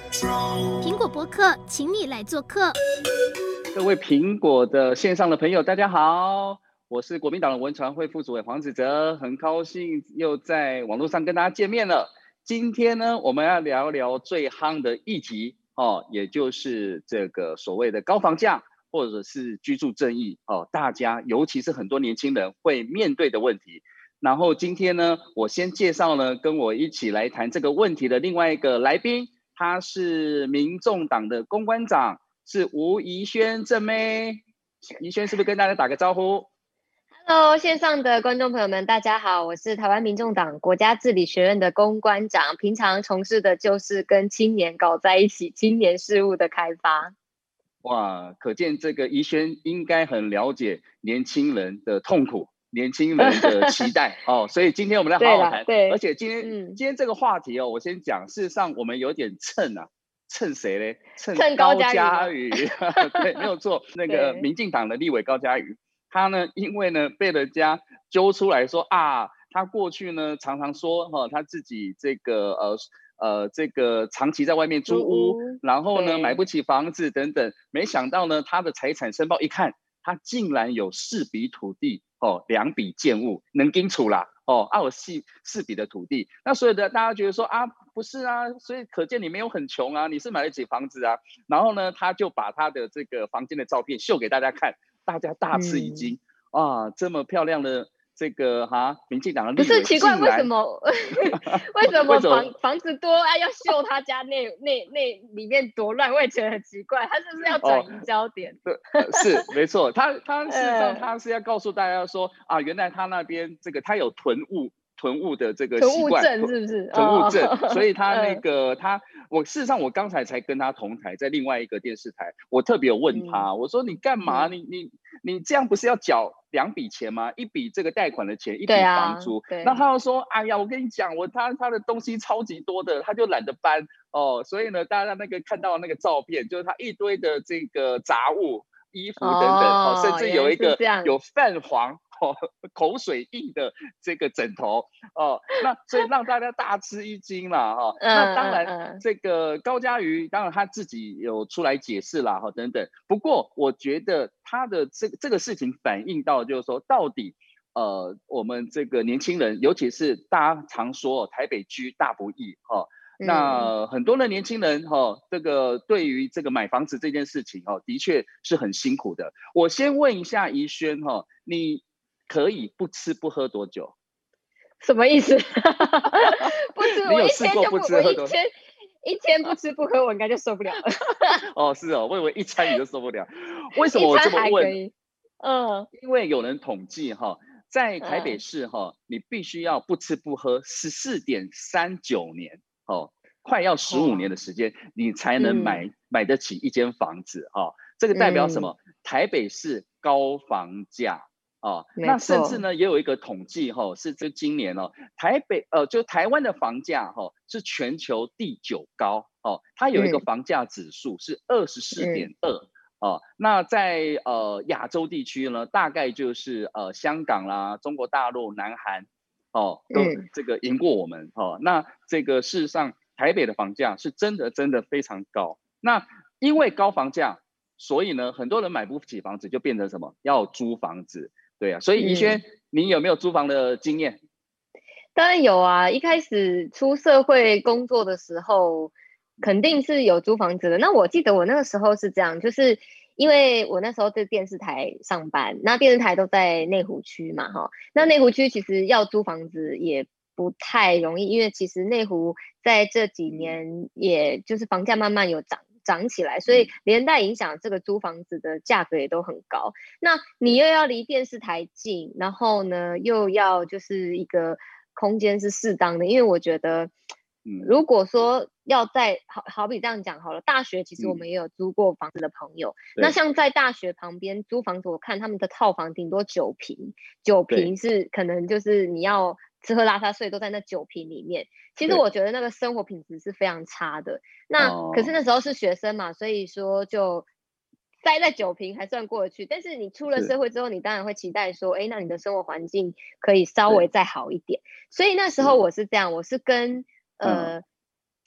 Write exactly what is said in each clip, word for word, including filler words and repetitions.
苹果播客，请你来做客。 各位苹果的线上的朋友，大家好，我是国民党的文传会副主委黄子哲，很高兴又在网络上跟大家见面了。今天呢，我们要聊聊最夯的议题哦，也就是这个所谓的高房价或者是居住正义哦，大家尤其是很多年轻人会面对的问题。然后今天呢，我先介绍呢，跟我一起来谈这个问题的另外一个来宾，他是民众党的公关长。是吴怡萱正妹，怡萱是不是跟大家打个招呼 ？Hello， 线上的观众朋友们，大家好，我是台湾民众党国家治理学院的公关长，平常从事的就是跟青年搞在一起青年事务的开发。 哇，可见这个怡萱应该很了解年轻人的痛苦，年轻人的期待哦，所以今天我们来好好谈。而且今天、嗯、今天这个话题哦，我先讲，事实上我们有点蹭啊。蹭谁嘞？蹭高嘉瑜，对，没有错。那个民进党的立委高嘉瑜，他呢，因为呢被人家揪出来说啊，他过去呢常常说哈、哦，他自己这个呃呃这个长期在外面租屋，然后呢买不起房子等等，没想到呢他的财产申报一看，他竟然有四笔土地哦，两笔建物，能清楚啦。哦，啊，有四四笔的土地，那所以的大家觉得说啊，不是啊，所以可见你没有很穷啊，你是买得起房子啊。然后呢，他就把他的这个房间的照片秀给大家看，大家大吃一惊、嗯、啊，这么漂亮的这个哈，民进党的立委不是奇怪，为什么为什么房房子多啊，要秀他家那那那里面多乱？我也觉得很奇怪，他是不是要转移焦点？ 哦、对，是没错，他他事实上他是要告诉大家说啊，原来他那边这个他有囤物。囤物的这个习惯， 囤物症是不是？ 囤物症，哦、所以他那个、嗯、他，我事实上我刚才才跟他同台，在另外一个电视台，我特别有问他，嗯、我说你干嘛？嗯、你你你这样不是要缴两笔钱吗？一笔这个贷款的钱，一笔房租。那、啊、他又说，哎呀，我跟你讲，我他他的东西超级多的，他就懒得搬哦，所以呢，大家那个看到那个照片，就是他一堆的这个杂物。衣服等等、哦哦、甚至有一个有泛黄、哦、口水印的这个枕头哦，那所以让大家大吃一惊啦、哦、那当然、嗯嗯、这个高嘉瑜当然他自己有出来解释啦、哦、等等，不过我觉得他的这个这个事情反映到就是说到底呃我们这个年轻人，尤其是大家常说台北居大不易哈。哦那很多的年轻人哈、哦，这个对于这个买房子这件事情哦，的确是很辛苦的。我先问一下怡萱哈，你可以不吃不喝多久？ 什么意思？不吃，我一天就不，不我一天一天不吃不喝，我应该就受不了了。 哦，是哦，我以为一餐你就受不了。为什么我这么问？ 嗯， 因为有人统计哈，在台北市哈，你必须要不吃不喝十四点三九年。哦，快要十五年的时间，你才能买、嗯、买得起一间房子啊、哦！这个代表什么？嗯、台北市高房价啊、哦，那甚至呢也有一个统计哈、哦，是就今年哦，台北呃就台湾的房价哈、哦、是全球第九高哦，它有一个房价指数是二十四点二哦，那在呃亚洲地区呢，大概就是呃香港啦、中国大陆、南韩。哦，都这个赢过我们、嗯、哦。那这个事实上，台北的房价是真的真的非常高。那因为高房价，所以呢，很多人买不起房子，就变成什么？要租房子，对啊。所以怡萱、嗯，你有没有租房的经验？ 当然有啊，一开始出社会工作的时候，肯定是有租房子的。那我记得我那个时候是这样，就是。因为我那时候在电视台上班，那电视台都在内湖区嘛，哈，那内湖区其实要租房子也不太容易，因为其实内湖在这几年也就是房价慢慢有涨涨起来，所以连带影响这个租房子的价格也都很高。那你又要离电视台近，然后呢又要就是一个空间是适当的，因为我觉得。如果说要在好好比这样讲好了，大学其实我们也有租过房子的朋友，嗯、那像在大学旁边租房子，我看他们的套房顶多九坪，九坪是可能就是你要吃喝拉撒睡都在那九坪里面。其实我觉得那个生活品质是非常差的。那可是那时候是学生嘛，所以说就待在九坪还算过得去。但是你出了社会之后，你当然会期待说，哎，那你的生活环境可以稍微再好一点。所以那时候我是这样，我是跟呃。嗯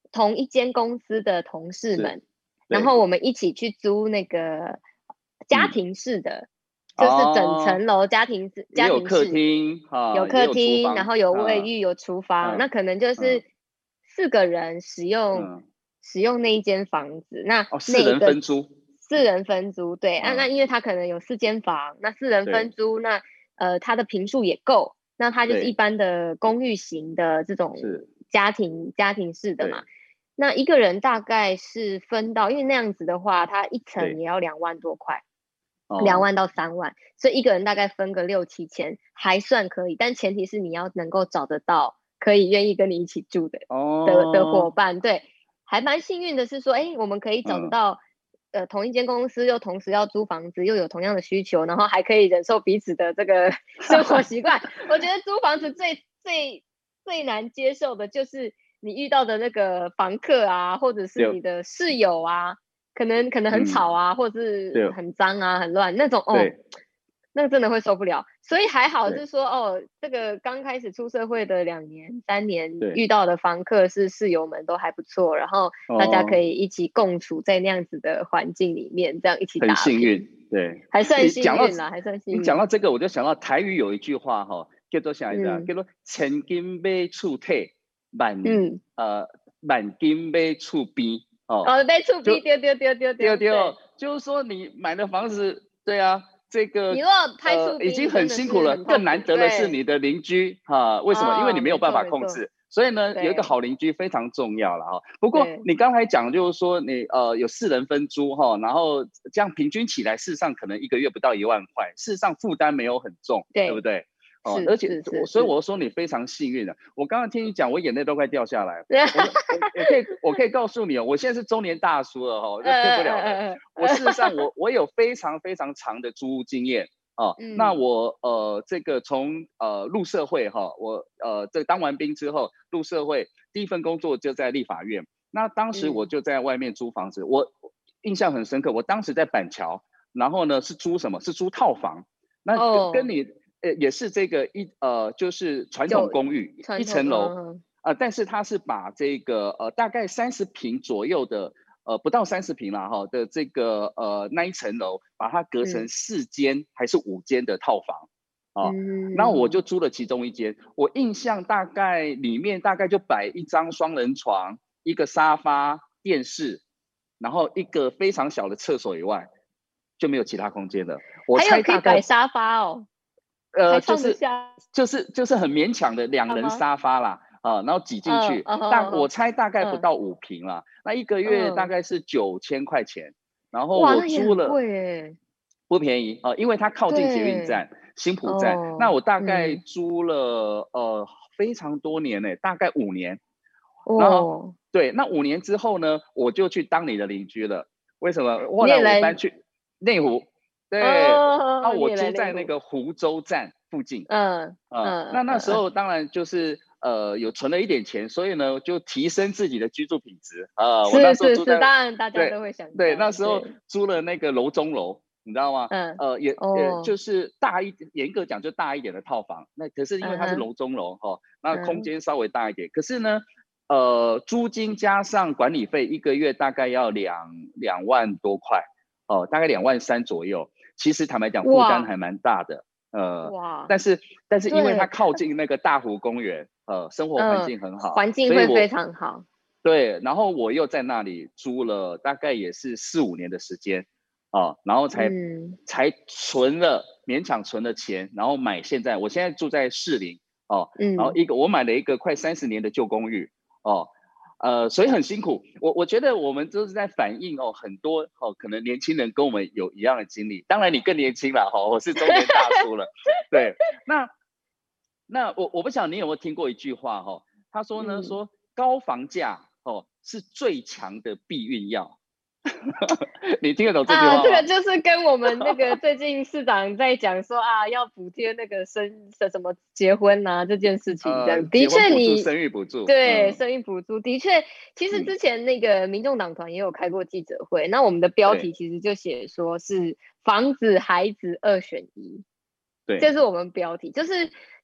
同一间公司的同事们，然对后我们一起去租那个家庭式的，就是整哦， 层楼家庭式、 也有客家庭式， 厅啊， 有也有厨客厅， 房然后有卫啊， 浴，有厨房， 嗯那可能就嗯是四个人使用嗯， 使用那一间房子，那哦，四那一个人分租， 四人分租，对，啊，那嗯， 因为他可能有四间房，那四人分对租，那呃他的坪数也够，那它就是一对般的公寓型的这种是， 家庭家庭式的嘛。 对那一个人大概是分到，因为那样子的话，它一层对， 也要两万多块，两哦万到三万，所以一个人大概分个六七千，还算可以。但前提是你要能够找得到可以愿意跟你一起住的的的伙哦， 伴。对，还蛮幸运的是说，哎，我们可以找得嗯， 到。呃，同一间公司又同时要租房子，又有同样的需求，然后还可以忍受彼此的这个生活习惯。我觉得租房子最最最难接受的就是你遇到的那个房客啊，或者是对你的室友啊，可能可能很吵嗯啊，或者是对很脏啊、很乱那种哦， 对那个真的会受不了。所以还好对是说哦，这个刚开始出社会的两年、三年对， 遇到的房客是室友们都还不错，然后大家可哦， 以一起共处在那样子的环境里面，这样一起很打拼， 幸运，对， 还算你讲到幸运啦，还算幸运。 你讲到这个，我就想到台语有一句话哈，叫做啥意思啊？ 嗯叫做千金买厝体，万嗯， 呃万金买厝边哦， 哦，被触就逼丢丢丢丢丢， 对对， 对。 就是说你买的房子，对啊，这个你如果拍触逼， 呃已经你真的是很辛苦了， 很痛苦。 更难得的是对， 你的邻居哈、为什么？因为你哦，没没有办法错没错， 控制，所以呢，有一个对好邻居非常重要了哈、不过对， 你刚才讲就是说你呃有四人分租哈、然后这样平均起来，事实上可能一个月不到一万块，事实上负担没有很重，对不对， 对？哦， 是而且是是我所以是， 我说你非常幸运的。我刚刚听你讲，我眼泪都快掉下来。我说我我可以我可以告诉你哦，我现在是中年大叔了哈、哦，这骗不了的。我事实上我我有非常非常长的租屋经验哦。那嗯我呃这个从呃入社会哈、我呃这当完兵之后入社会，第一份工作就在立法院。那当时我嗯， 就在外面租房子，我印象很深刻。我当时在板桥，然后呢是租什么？是租套房。那跟跟哦， 你呃也是这个一呃就是传统就公寓一传统， 层楼。 嗯呃，但是它是把这个呃大概三十平左右的呃不到三十平啦哈的这个呃那一层楼，把它隔成嗯四间还是五间的套房哦。那我就嗯， 租了其中一间，我印象大概里面大概就摆一张双人床、一个沙发、电视，然后一个非常小的厕所以外，就没有其他空间了。我还有可以猜大概摆沙发哦，还呃，就是放得下就是就是很勉强的两人吗？ 沙发啦，啊，然后挤进去， 嗯嗯大我嗯猜大概不嗯到五平啦，那一个月大嗯， 概是九千块钱，然后哇， 我那也租了很贵诶。 不便宜啊、呃因为它靠近捷运对， 站新浦站，那哦， 我大概嗯， 租了呃非常多年呢，大概五年，然后哦， 对，那五年之后呢，我就去当你的邻居了，为什么？后来你也来， 我搬去内湖，对，那哦，你我也来租在那内湖， 个湖州站附近。 嗯啊、 嗯那那嗯嗯时候当然就是呃有存了一点钱，所以呢就提升自己的居住品质啊、呃我那是是是， 时候住在当然大家对都会想这对，那样， 时候对， 租了那个楼中楼，你知道吗？ 嗯， 呃，也呃哦， 就是大一点，严格讲就大一点的套房。那可是因为它是嗯哼， 楼中楼哈、哦，那空嗯， 间稍微大一点。可是呢，呃，租金加上管理费一个月大概要两两万多块哦，大概两万三左右。其实坦白讲，负担哇还蛮大的。呃， 哇， 但是但是因为它对， 靠近那个大湖公园，呃，生活环嗯， 境很好， 环境会非所以我常好， 对，然后我又在那里租了大概也是四五年的时间啊，然后才嗯才存了勉强存了钱，然后买现在我现在住在士林哦，然后嗯， 一个我买了一个快三十年的旧公寓哦，呃，所以很辛苦。我我觉得我们都是在反映哦，很多哦，可能年轻人跟我们有一样的经历，当然你更年轻了哈、哦，我是中年大叔了，对，那那我我不晓得你有没有听过一句话哈、哦，他说呢嗯。 说高房价哦是最强的避孕药，你听得懂这句啊， 话吗？ 这个就是跟我们那个最近市长在讲说啊，要补贴那个生什什么结婚啊这件事情，这呃， 样的结婚补助、 确你生育补助， 对嗯生育补助的确，其实嗯， 之前那个民众党团也有开过记者会，那我们的标题对其实就写说是房子、孩子二选一，这对是我们标题，就是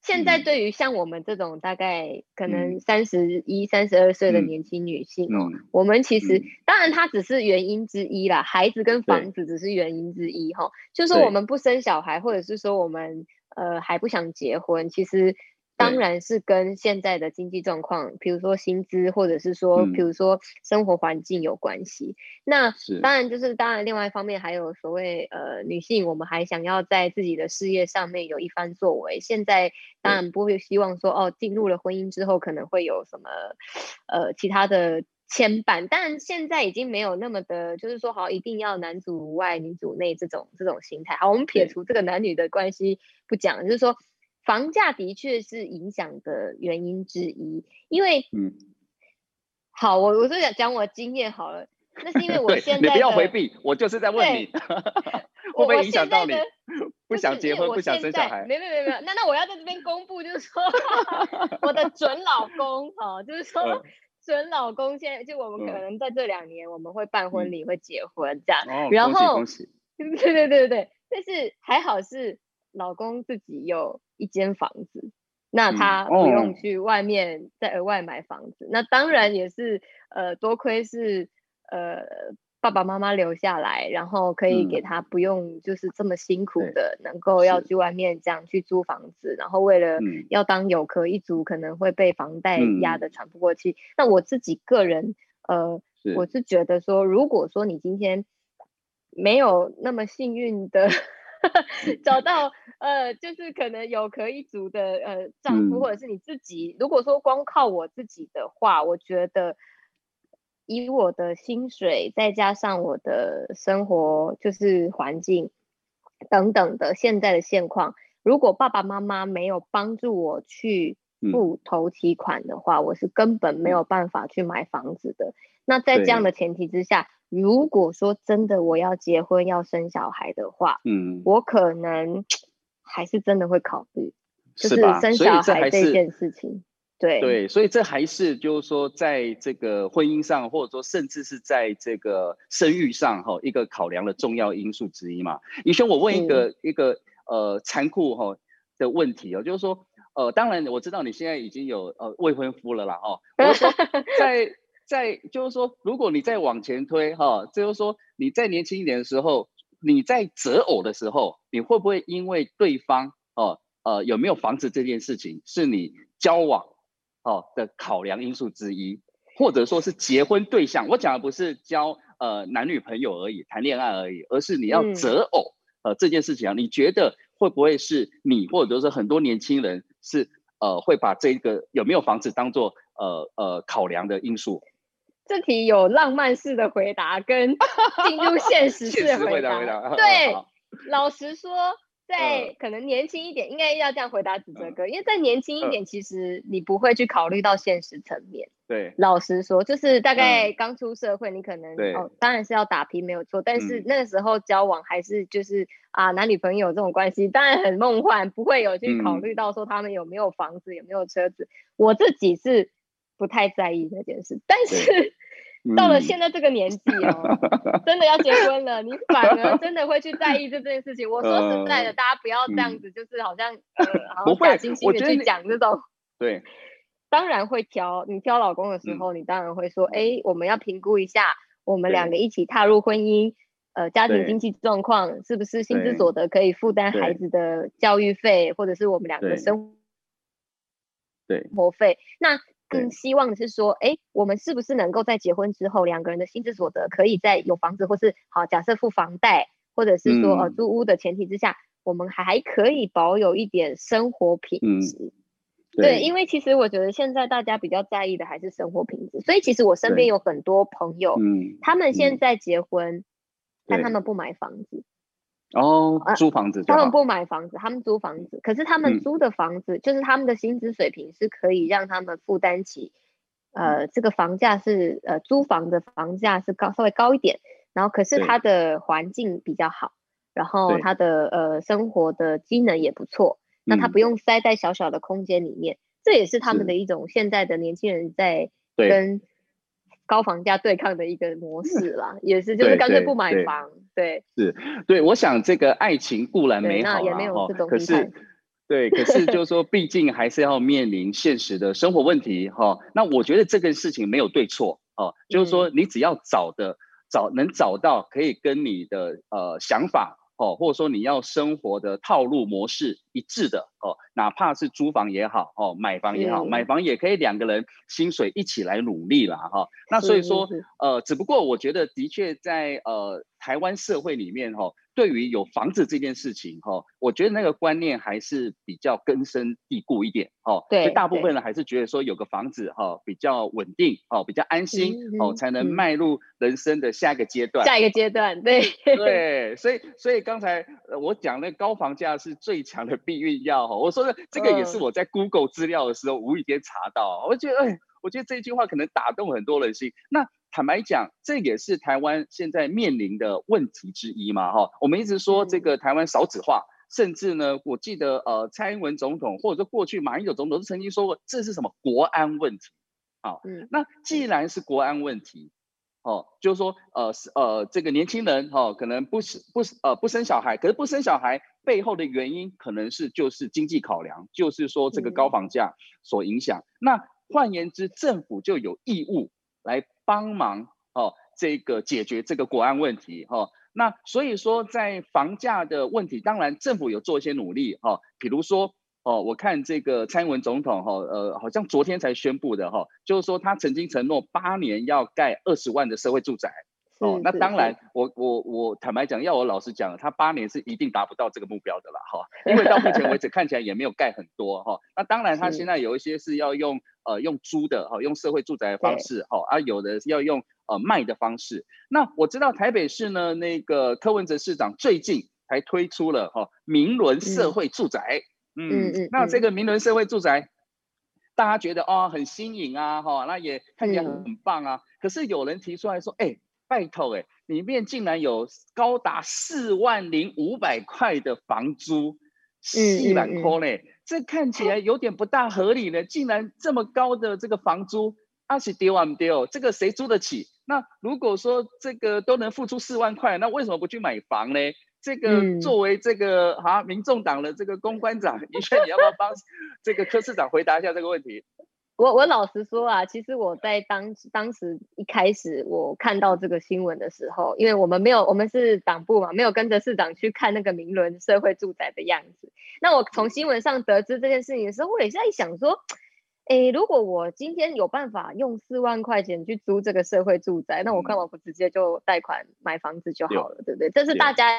现在对于像我们这种大概可能三十一、三十二岁的年轻女性哦， 嗯、 我们其实、 嗯、 当然它只是原因之一啦，孩子跟房子只是原因之一哈。就说我们不生小孩，或者是说我们呃还不想结婚，其实当然是跟现在的经济状况，比如说薪资，或者是说，比如说生活环境有关系。那当然就是，当然另外一方面还有所谓呃女性，我们还想要在自己的事业上面有一番作为。现在当然不会希望说哦，进入了婚姻之后可能会有什么呃其他的牵绊，但现在已经没有那么的，就是说好一定要男主外女主内这种这种心态。好，我们撇除这个男女的关系不讲，就是说。房价的确是影响的原因之一，因为，嗯，好，我我就讲讲我经验好了，那是因为我现在你不要回避，我就是在问你，会不会影响到你？不想结婚，不想生小孩？ 没有没有没有，那那我要在这边公布，就是说我的准老公，哈、哦，就是说、嗯、准老公现在就我们可能在这两年我们会办婚礼，嗯、会结婚这样， 哦、 然后恭喜恭喜，对对对对，但是还好是老公自己有一间房子，那他不用去外面再额外买房子。嗯哦、那当然也是呃，多亏是呃爸爸妈妈留下来，然后可以给他不用就是这么辛苦的，嗯、能够要去外面这样去租房子，然后为了要当有壳一族，可能会被房贷压得喘不过气。嗯、那我自己个人呃，是我是觉得说，如果说你今天没有那么幸运的。找到呃，就是可能有壳一族的呃丈夫，嗯、或者是你自己。如果说光靠我自己的话，我觉得以我的薪水再加上我的生活就是环境等等的现在的现况，如果爸爸妈妈没有帮助我去付头期款的话，嗯、我是根本没有办法去买房子的。那在这样的前提之下，如果说真的我要结婚要生小孩的话，嗯，我可能还是真的会考虑，就是生小孩这件事情。对对，所以这还是就是说，在这个婚姻上，或者说甚至是在这个生育上，哈，一个考量的重要因素之一嘛。宜萱，我问一个一个呃残酷哈的问题哦，就是说，呃，当然我知道你现在已经有呃未婚夫了啦，哦，我是说在。在就是说，如果你再往前推哈，就是说你在年轻一点的时候，你在择偶的时候，你会不会因为对方哦呃有没有房子这件事情是你交往哦的考量因素之一，或者说是结婚对象？我讲的不是交呃男女朋友而已，谈恋爱而已，而是你要择偶、嗯、呃这件事情啊，你觉得会不会是你或者是很多年轻人是呃会把这个有没有房子当做呃呃考量的因素？ 这题有浪漫式的回答跟进入现实式的回答。 回答对，老实说，在可能年轻一点，应该要这样回答子哲哥，因为在年轻一点，其实你不会去考虑到现实层面。 对， 老实说，就是大概刚出社会，你可能哦，当然是要打拼没有错，但是那个时候交往还是就是啊男女朋友这种关系，当然很梦幻，不会有去考虑到说他们有没有房子，有没有车子。我自己是不太在意这件事，但是到了现在这个年纪哦，嗯、真的要结婚了，你反而真的会去在意这件事情。我说实在的，呃、大家不要这样子，就是好像、嗯、呃，好像假惺惺的去讲这种。 对， 当然会挑。你挑老公的时候，嗯、你当然会说，哎，我们要评估一下，我们两个一起踏入婚姻，呃，家庭经济状况是不是薪资所得可以负担孩子的教育费，或者是我们两个生活费。那更希望的是说，哎，我们是不是能够在结婚之后，两个人的薪资所得可以在有房子，或是好假设付房贷，或者是说、嗯、呃租屋的前提之下，我们还可以保有一点生活品质。嗯、对, 对，因为其实我觉得现在大家比较在意的还是生活品质，所以其实我身边有很多朋友，嗯、他们现在结婚，嗯、但他们不买房子。 哦，租房子就好、 呃、他们不买房子，他们租房子，可是他们租的房子、嗯、就是他们的薪资水平是可以让他们负担起呃，这个房价是呃租房的房价是高稍微高一点，然后可是它的环境比较好，然后它的呃生活的机能也不错，那他不用塞在小小的空间里面、嗯、这也是他们的一种现在的年轻人在跟高房价对抗的一个模式啦，也是就是干脆不买房。对， 是，对，我想这个爱情固然美好啦， 也没有这种可是对，可是就是说，毕竟还是要面临现实的生活问题哈。那我觉得这个事情没有对错哦，就是说你只要找的找能找到可以跟你的呃想法哦，或者说你要生活的套路模式一致的哦，哪怕是租房也好哦，买房也好，买房也可以两个人薪水一起来努力啦哈。那所以说呃，只不过我觉得的确在呃台湾社会里面哈。对于有房子这件事情哈，我觉得那个观念还是比较根深蒂固一点哦。所以大部分人还是觉得说有个房子哈比较稳定哦，比较安心哦，才能迈入人生的下一个阶段。 下一个阶段，对对，所以所以刚才我讲那高房价是最强的避孕药哈。我说的这个也是我在 Google 资料的时候无意间查到，我觉得哎，我觉得这句话可能打动很多人心。那坦白讲，这也是台湾现在面临的问题之一嘛，哈。我们一直说这个台湾少子化，甚至呢，我记得呃，蔡英文总统或者说过去马英九总统都曾经说过，这是什么国安问题。好，那既然是国安问题，哦，就是说呃呃，这个年轻人哦，可能不不呃不生小孩，可是不生小孩背后的原因可能是就是经济考量，就是说这个高房价所影响。那换言之，政府就有义务来帮忙哦，这个解决这个国安问题哈、哦。那所以说，在房价的问题，当然政府有做一些努力哈、哦，比如说哦，我看这个蔡英文总统哈、哦，呃，好像昨天才宣布的哈、哦，就是说他曾经承诺八年要盖二十万的社会住宅。哦，那当然，我我我坦白讲，要我老实讲，他八年是一定达不到这个目标的啦，哈，因为到目前为止看起来也没有盖很多哈。那当然，他现在有一些是要用呃用租的哈，用社会住宅的方式哈，啊有的要用呃卖的方式。那我知道台北市呢，那个柯文哲市长最近还推出了哈明伦社会住宅，嗯嗯，那这个明伦社会住宅。大家觉得哦很新颖啊，哈，那也看起来很棒啊。可是有人提出来说，哎，拜托，哎，里面竟然有高达四万零五百块的房租，四万块呢，这看起来有点不大合理呢。竟然这么高的这个房租，啊是丢啊不丢？这个谁租得起？那如果说这个都能付出四万块，那为什么不去买房呢？这个作为这个啊民众党的这个公关长，宜萱，你要不要帮这个柯市长回答一下这个问题？ 我我老实说啊，其实我在当当时一开始我看到这个新闻的时候，因为我们没有我们是党部嘛，没有跟着市长去看那个明伦社会住宅的样子。那我从新闻上得知这件事情的时候，我也是在想说，诶，如果我今天有办法用四万块钱去租这个社会住宅，那我干嘛不直接就贷款买房子就好了，对不对？这是大家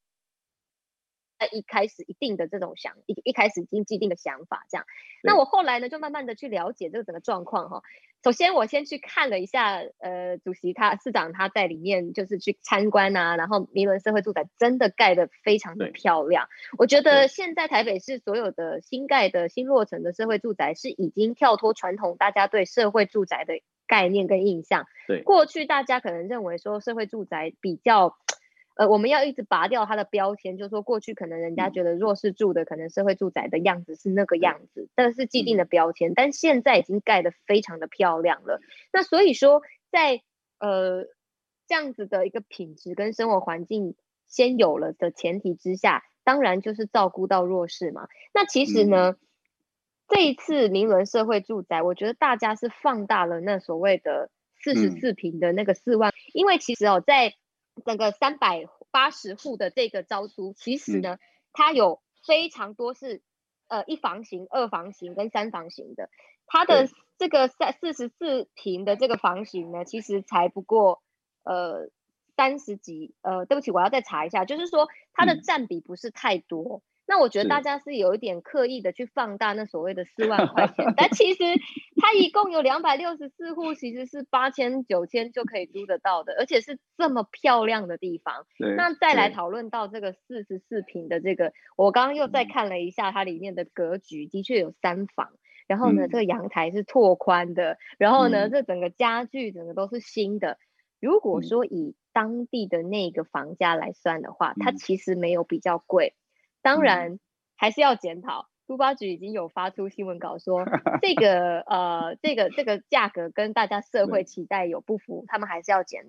一开始一定的这种想一一开始已经既定的想法这样。那我后来呢就慢慢的去了解这个整个状况哈。首先我先去看了一下呃主席他市长他在里面就是去参观啊，然后明伦社会住宅真的盖得非常的漂亮。我觉得现在台北市所有的新盖的新落成的社会住宅是已经跳脱传统大家对社会住宅的概念跟印象。 对， 过去大家可能认为说社会住宅比较呃，我们要一直拔掉它的标签，就是说过去可能人家觉得弱势住的可能社会住宅的样子是那个样子，但是既定的标签，但现在已经盖得非常的漂亮了。那所以说在呃这样子的一个品质跟生活环境先有了的前提之下，当然就是照顾到弱势嘛。那其实呢，嗯、这一次明伦社会住宅，我觉得大家是放大了那所谓的四十四坪的那个四万，嗯、因为其实哦在整个三百八十户的这个招租，其实呢，它有非常多是呃一房型、二房型跟三房型的。它的这个四十四坪的这个房型呢，其实才不过呃三十几呃，对不起，我要再查一下，就是说它的占比不是太多。嗯那我觉得大家是有一点刻意的去放大那所谓的四万块钱，但其实它一共有两百六十四户，其实是八千九千就可以租得到的，而且是这么漂亮的地方。那再来讨论到这个四十四坪的这个，我刚刚又再看了一下它里面的格局，的确有三房。然后呢，这个阳台是拓宽的，然后呢，这整个家具整个都是新的。如果说以当地的那个房价来算的话，它其实没有比较贵。当然还是要检讨，都发局已经有发出新闻稿说，这个呃这个这个价格跟大家社会期待有不符，他们还是要检讨。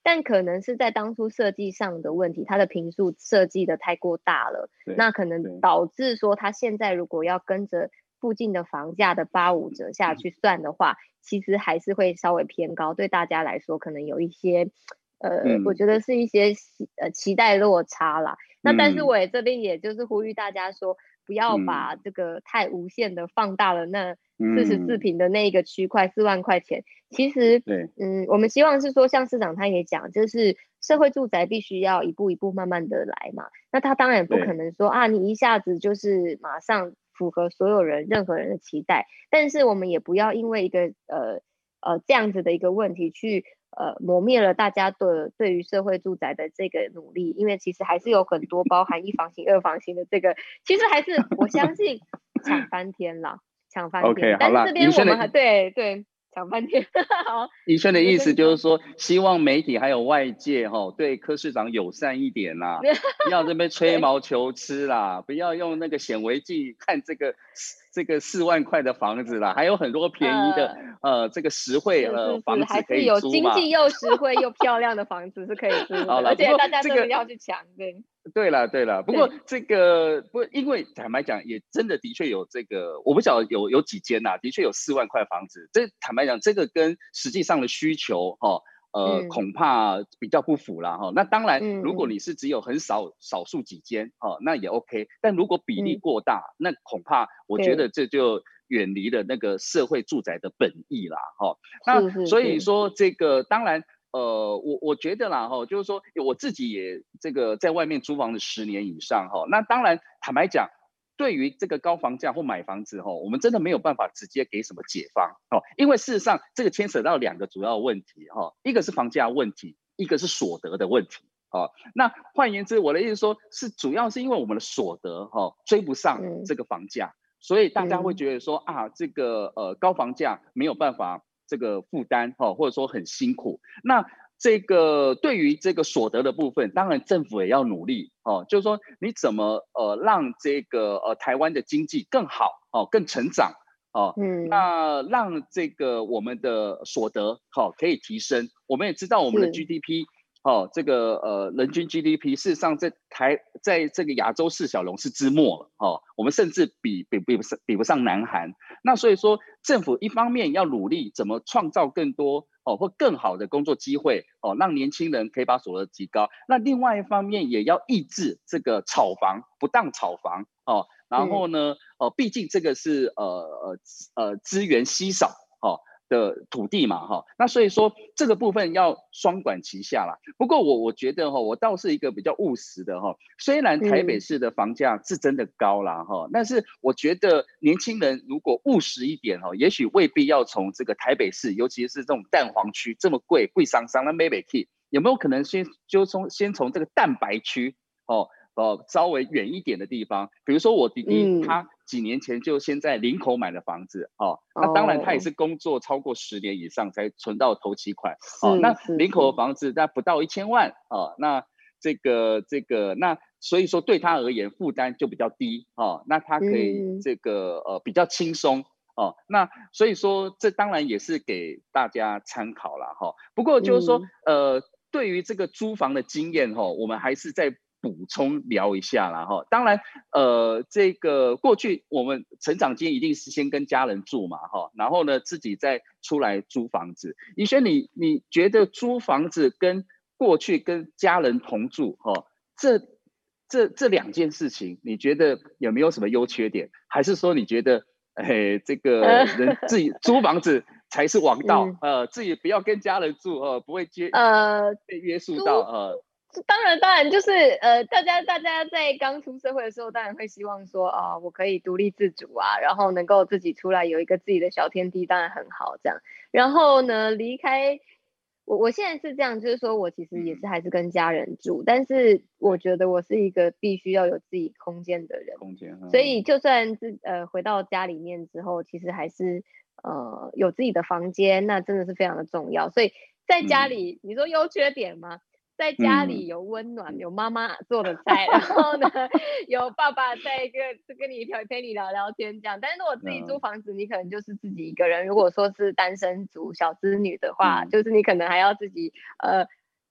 但可能是在当初设计上的问题，它的坪数设计的太过大了，那可能导致说它现在如果要跟着附近的房价的八五折下去算的话，其实还是会稍微偏高，对大家来说可能有一些呃、嗯，我觉得是一些呃期待落差啦。那但是我也这边也就是呼吁大家说，不要把这个太无限的放大了那四十四坪的那一个区块四万块钱。其实，嗯，我们希望是说，像市长他也讲，就是社会住宅必须要一步一步慢慢的来嘛。那他当然不可能说啊，你一下子就是马上符合所有人任何人的期待，但是我们也不要因为一个呃呃这样子的一个问题去呃磨灭了大家对对于社会住宅的这个努力，因为其实还是有很多包含一房型、二房型的这个，其实还是我相信抢翻天啦，抢翻天。 OK， 但是这边我们还对对。抢半天。好， 宜萱的意思就是说，希望媒体还有外界哈、哦、对柯市长友善一点啦，不要这边吹毛求疵啦，不要用那个显微镜看这个这个四万块的房子啦，还有很多便宜的 呃, 呃这个实惠呃房子可以租嘛， 还是有经济又实惠又漂亮的房子是可以租的，而且大家真的要去抢，对。 对了对了，不过这个不因为坦白讲，也真的的确有这个，我不晓得有有几间呐、啊，的确有四万块房子。这坦白讲，这个跟实际上的需求哈、哦，呃、嗯，恐怕比较不符啦哈、哦。那当然，如果你是只有很少少数几间哦，那也 OK。但如果比例过大，嗯、那恐怕我觉得这就远离了那个社会住宅的本意啦哈、哦。那所以说这个当然。呃，我我觉得啦哈，就是说我自己也这个在外面租房子十年以上哈，那当然坦白讲，对于这个高房价或买房子哈，我们真的没有办法直接给什么解方哦，因为事实上这个牵扯到两个主要问题哈，一个是房价问题，一个是所得的问题哦。那换言之，我的意思说是主要是因为我们的所得哈追不上这个房价，嗯、所以大家会觉得说啊，这个呃高房价没有办法。这个负担哈，或者说很辛苦。那这个对于这个所得的部分，当然政府也要努力哦，就是说你怎么呃让这个呃台湾的经济更好哦，更成长哦，嗯，那让这个我们的所得好、哦、可以提升。我们也知道我们的 G D P 哦，这个呃人均 G D P 事实上在台在这个亚洲四小龙是之末了哦，我们甚至比比比不上比不上南韩。那所以说，政府一方面要努力怎么创造更多哦或更好的工作机会哦，让年轻人可以把所得提高。那另外一方面也要抑制这个炒房、不当炒房哦。然后呢，哦，毕竟这个是呃呃呃资源稀少哦。的土地嘛，哈，那所以说这个部分要双管齐下啦。不过我我觉得哈，我倒是一个比较务实的哈。虽然台北市的房价是真的高啦哈，但是我觉得年轻人如果务实一点哈，也许未必要从这个台北市，尤其是这种蛋黄区这么贵贵桑桑的美北去，有没有可能先就从先从这个蛋白区哦？呃，稍微远一点的地方，比如说我弟弟、嗯、他几年前就先在林口买了房子哦，那当然他也是工作超过十年以上才存到头期款哦。那林口的房子那不到一千万哦，那这个这个那所以说对他而言负担就比较低哦，那他可以这个、嗯、呃比较轻松哦。那所以说这当然也是给大家参考啦哈、哦。不过就是说、嗯、呃对于这个租房的经验哈、哦，我们还是在补充聊一下啦哈，当然，呃，这个过去我们成长经一定是先跟家人住嘛哈，然后呢自己再出来租房子。宜萱，你你觉得租房子跟过去跟家人同住哈，这这这两件事情，你觉得有没有什么优缺点？还是说你觉得，哎，这个人自己租房子才是王道？嗯、呃，自己不要跟家人住呃，不会接呃被约束到呃。 当然，当然就是呃，大家大家在刚出社会的时候，当然会希望说啊，我可以独立自主啊，然后能够自己出来有一个自己的小天地，当然很好这样。然后呢，离开我，我现在是这样，就是说我其实也是还是跟家人住，但是我觉得我是一个必须要有自己空间的人， 空间， 所以就算是呃回到家里面之后，其实还是呃有自己的房间，那真的是非常的重要。所以在家里，嗯、你说优缺点吗？在家里有温暖，嗯、有妈妈做的菜，然后呢，有爸爸在跟跟你陪陪你聊聊天这样。但是如果自己租房子，嗯、你可能就是自己一个人。如果说是单身族、小资女的话，嗯、就是你可能还要自己呃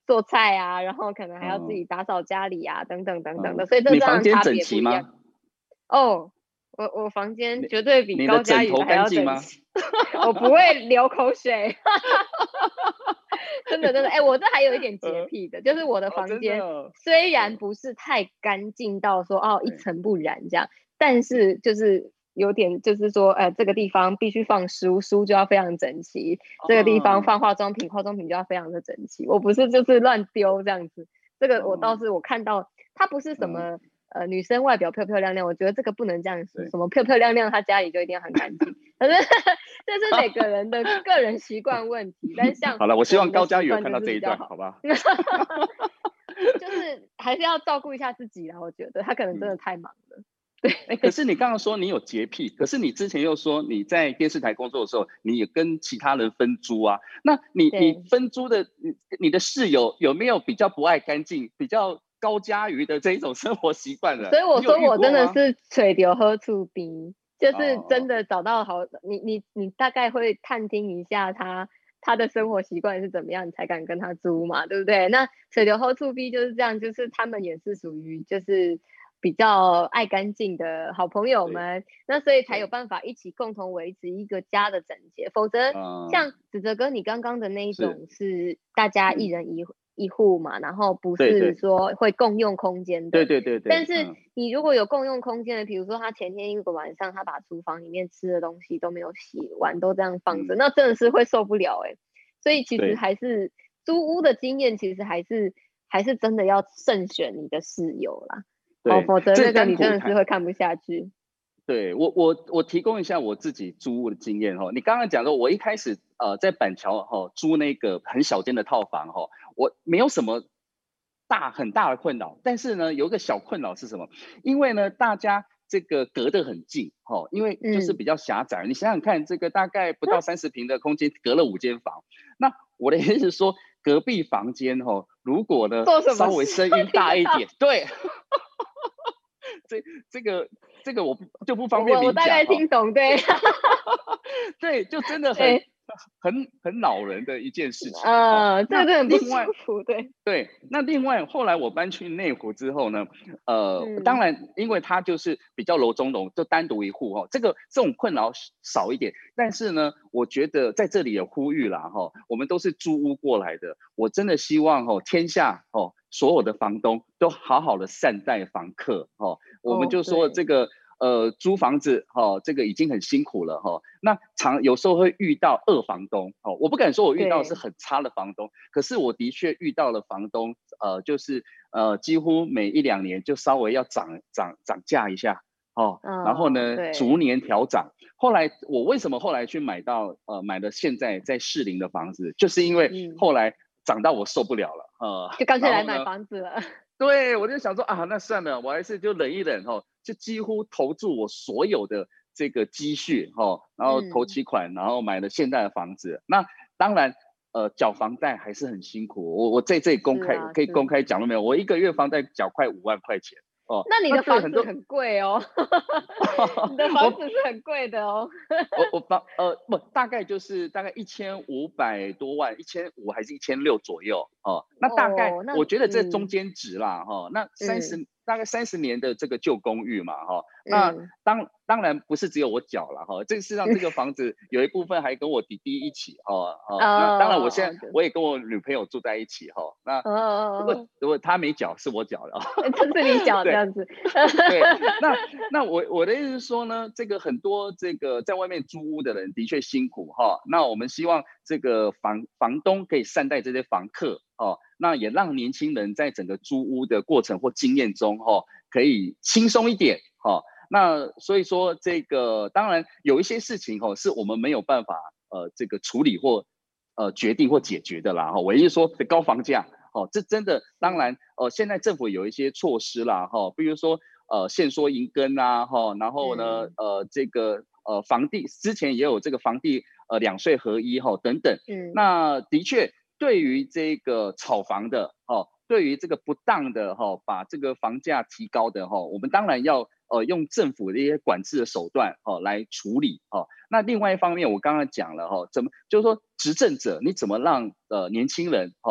做菜啊，然后可能还要自己打扫家里啊，嗯、等等等等的，所以这你这样房间整差别不一样。 齐吗？ 哦，我我房间绝对比高嘉瑜还要整齐，我不会流口水。真的真的，哎、欸，我这还有一点洁癖的，就是我的房间虽然不是太干净到说哦一尘不染这样，但是就是有点就是说，呃，这个地方必须放书，书就要非常整齐；这个地方放化妆品，化妆品就要非常的整齐。我不是就是乱丢这样子，这个我倒是我看到它不是什么。呃，女生外表漂漂亮亮，我觉得这个不能这样说，什么漂漂亮亮，她家里就一定要很干净。可是这是每个人的个人习惯问题。但是像好了，我希望高嘉瑜有看到这一段，好吧？ 就是还是要照顾一下自己啦，我觉得他可能真的太忙了。嗯、对， 哎，可是你刚刚说你有洁癖，可是你之前又说你在电视台工作的时候，你也跟其他人分租啊？那你你分租的你你的室友有没有比较不爱干净，比较？高嘉瑜的这一种生活习惯了， 所以我说我真的是吹牛喝醋逼，就是真的找到好，哦、你你你大概会探听一下他他的生活习惯是怎么样，你才敢跟他租嘛，对不对？那吹牛喝醋逼就是这样，就是他们也是属于就是比较爱干净的好朋友们，那所以才有办法一起共同维持一个家的整洁，否则、嗯、像子哲哥你刚刚的那一种是大家一人一。嗯一户嘛，然后不是说会共用空间的， 对对对对。 但是你如果有共用空间的，比如说他前天一个晚上他把厨房里面吃的东西都没有洗完，都这样放着，嗯、那真的是会受不了哎、欸。所以其实还是租屋的经验，其实还是还是真的要慎选你的室友啦，哦，否则那个你真的是会看不下去。 对我我我提供一下我自己租屋的经验哈，你刚刚讲说，我一开始呃在板桥哈租那个很小间的套房哈，我没有什么大很大的困扰，但是呢有一个小困扰是什么？因为呢大家这个隔得很近哈，因为就是比较狭窄，嗯、你想想看，这个大概不到三十平的空间，隔了五间房，那我的意思是说，隔壁房间哈，如果呢稍微声音大一点，对。这这个这个我就不方便明讲， 我大概听懂，对， 对，就真的很很很恼人的一件事情。 呃，这个很不舒服，对对。那另外后来我搬去内湖之后呢，呃，嗯、当然因为它就是比较楼中楼，就单独一户哦，这个这种困扰少一点。但是呢，我觉得在这里也呼吁啦哈，我们都是租屋过来的，我真的希望哦，天下哦所有的房东都好好的善待房客哦。我们就说这个、哦、呃租房子哈、哦，这个已经很辛苦了哈、哦。那常有时候会遇到恶房东哦，我不敢说我遇到的是很差的房东，可是我的确遇到了房东，呃，就是呃几乎每一两年就稍微要涨涨涨价一下哦，哦然后呢逐年调涨。后来我为什么后来去买到呃买了现在在士林的房子，就是因为后来涨到我受不了了，呃， 就干脆来买房子了。 对，我就想说啊，那算了，我还是就忍一忍哦，就几乎投注我所有的这个积蓄哦，然后投期款，嗯、然后买了现在的房子。那当然，呃，缴房贷还是很辛苦。我我在这里公开、啊、可以公开讲了没有？我一个月房贷缴快五万块钱哦。 那你的房子很贵哦，你的房子是很贵的哦。 我我房呃不，大概就是大概一千五百多万，一千五还是一千六左右哦。那大概、哦、我觉得这中间值啦哈、嗯哦。那三十、嗯、大概三十年的这个旧公寓嘛哈、哦。那当、嗯、当然不是只有我缴了哈，这事实上这个房子有一部分还跟我弟弟一起哈、哦哦、那当然我现在我也跟我女朋友住在一起哈、哦。那如果如果他没缴是我缴的， 这是你缴这样子。 对，那那我我的意思是说呢，这个很多这个在外面租屋的人的确辛苦哈、哦。那我们希望这个房房东可以善待这些房客哦，那也让年轻人在整个租屋的过程或经验中哦，可以轻松一点哦。那所以说这个当然有一些事情哦，是我们没有办法呃这个处理或呃决定或解决的啦哈。我意思说高房价哦，这真的当然呃现在政府有一些措施啦哈，比如说呃限缩银根啊哈，然后呢呃这个呃房地之前也有这个房地呃两税合一哈等等，嗯，那的确对于这个炒房的哦，对于这个不当的哈、哦，把这个房价提高的哈、哦，我们当然要呃用政府的一些管制的手段哦来处理哦。那另外一方面，我刚刚讲了哈、哦，怎么就是说执政者你怎么让呃年轻人哦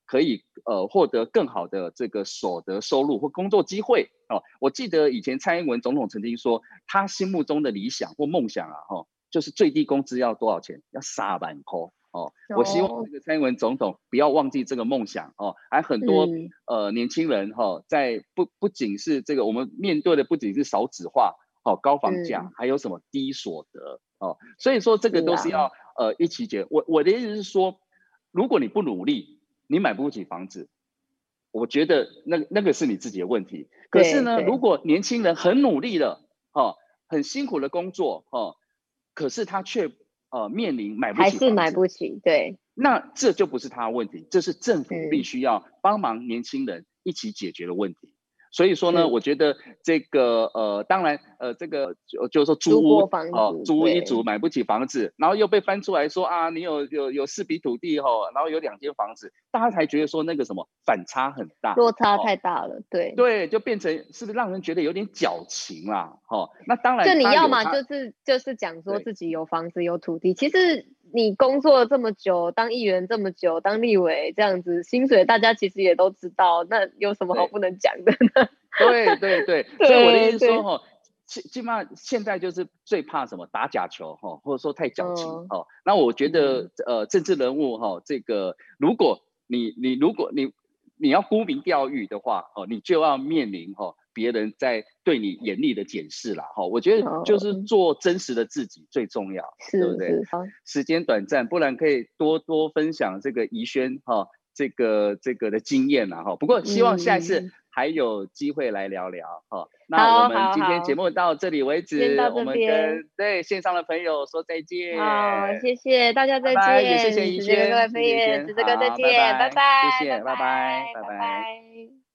可以呃获得更好的这个所得收入或工作机会哦。我记得以前蔡英文总统曾经说，他心目中的理想或梦想啊，哦，就是最低工资要多少钱？要三万块哦。我希望这个蔡英文总统不要忘记这个梦想哦。还很多、嗯、呃年轻人哈、哦，在不不仅是这个我们面对的不仅是少子化。哦，高房价、嗯、还有什么低所得哦，所以说这个都是要、啊、呃一起解。我我的意思是说，如果你不努力，你买不起房子，我觉得那那个是你自己的问题。可是呢，如果年轻人很努力了，哦，很辛苦的工作，哦，可是他却呃面临买不起房子， 还是买不起，对， 那这就不是他的问题，这是政府必须要帮忙年轻人一起解决的问题。嗯，所以说呢，我觉得这个呃，当然呃，这个就就是说租屋哦，租屋一族买不起房子，然后又被翻出来说啊，你有有有四笔土地哦，然后有两间房子，大家才觉得说那个什么反差很大， 落差太大了，哦、对对，就变成是不是让人觉得有点矫情啦？哦，那当然， 就你要嘛就是就是讲说自己有房子有土地，其实你工作这么久，当议员这么久，当立委这样子，薪水大家其实也都知道，那有什么好不能讲的呢？ 对对对，所以我的意思说哈，基基本上现在就是最怕什么打假球哈，或者说太矫情哦。嗯、那我觉得、嗯、呃，政治人物哈，这个如果你你如果你你要沽名钓誉的话哦，你就要面临哈别人在对你严厉的检视啦哈。我觉得就是做真实的自己最重要， 嗯、 对不对？时间短暂，不然可以多多分享这个宜萱哈这个这个的经验啦哈。不过希望下一次、嗯。还有机会来聊聊哈，那我们今天节目到这里为止，我们跟对线上的朋友说再见。 好，谢谢大家再见， 拜拜也谢谢宜萱， 各位朋友，子这个再见，拜拜， 谢谢，拜拜，拜拜。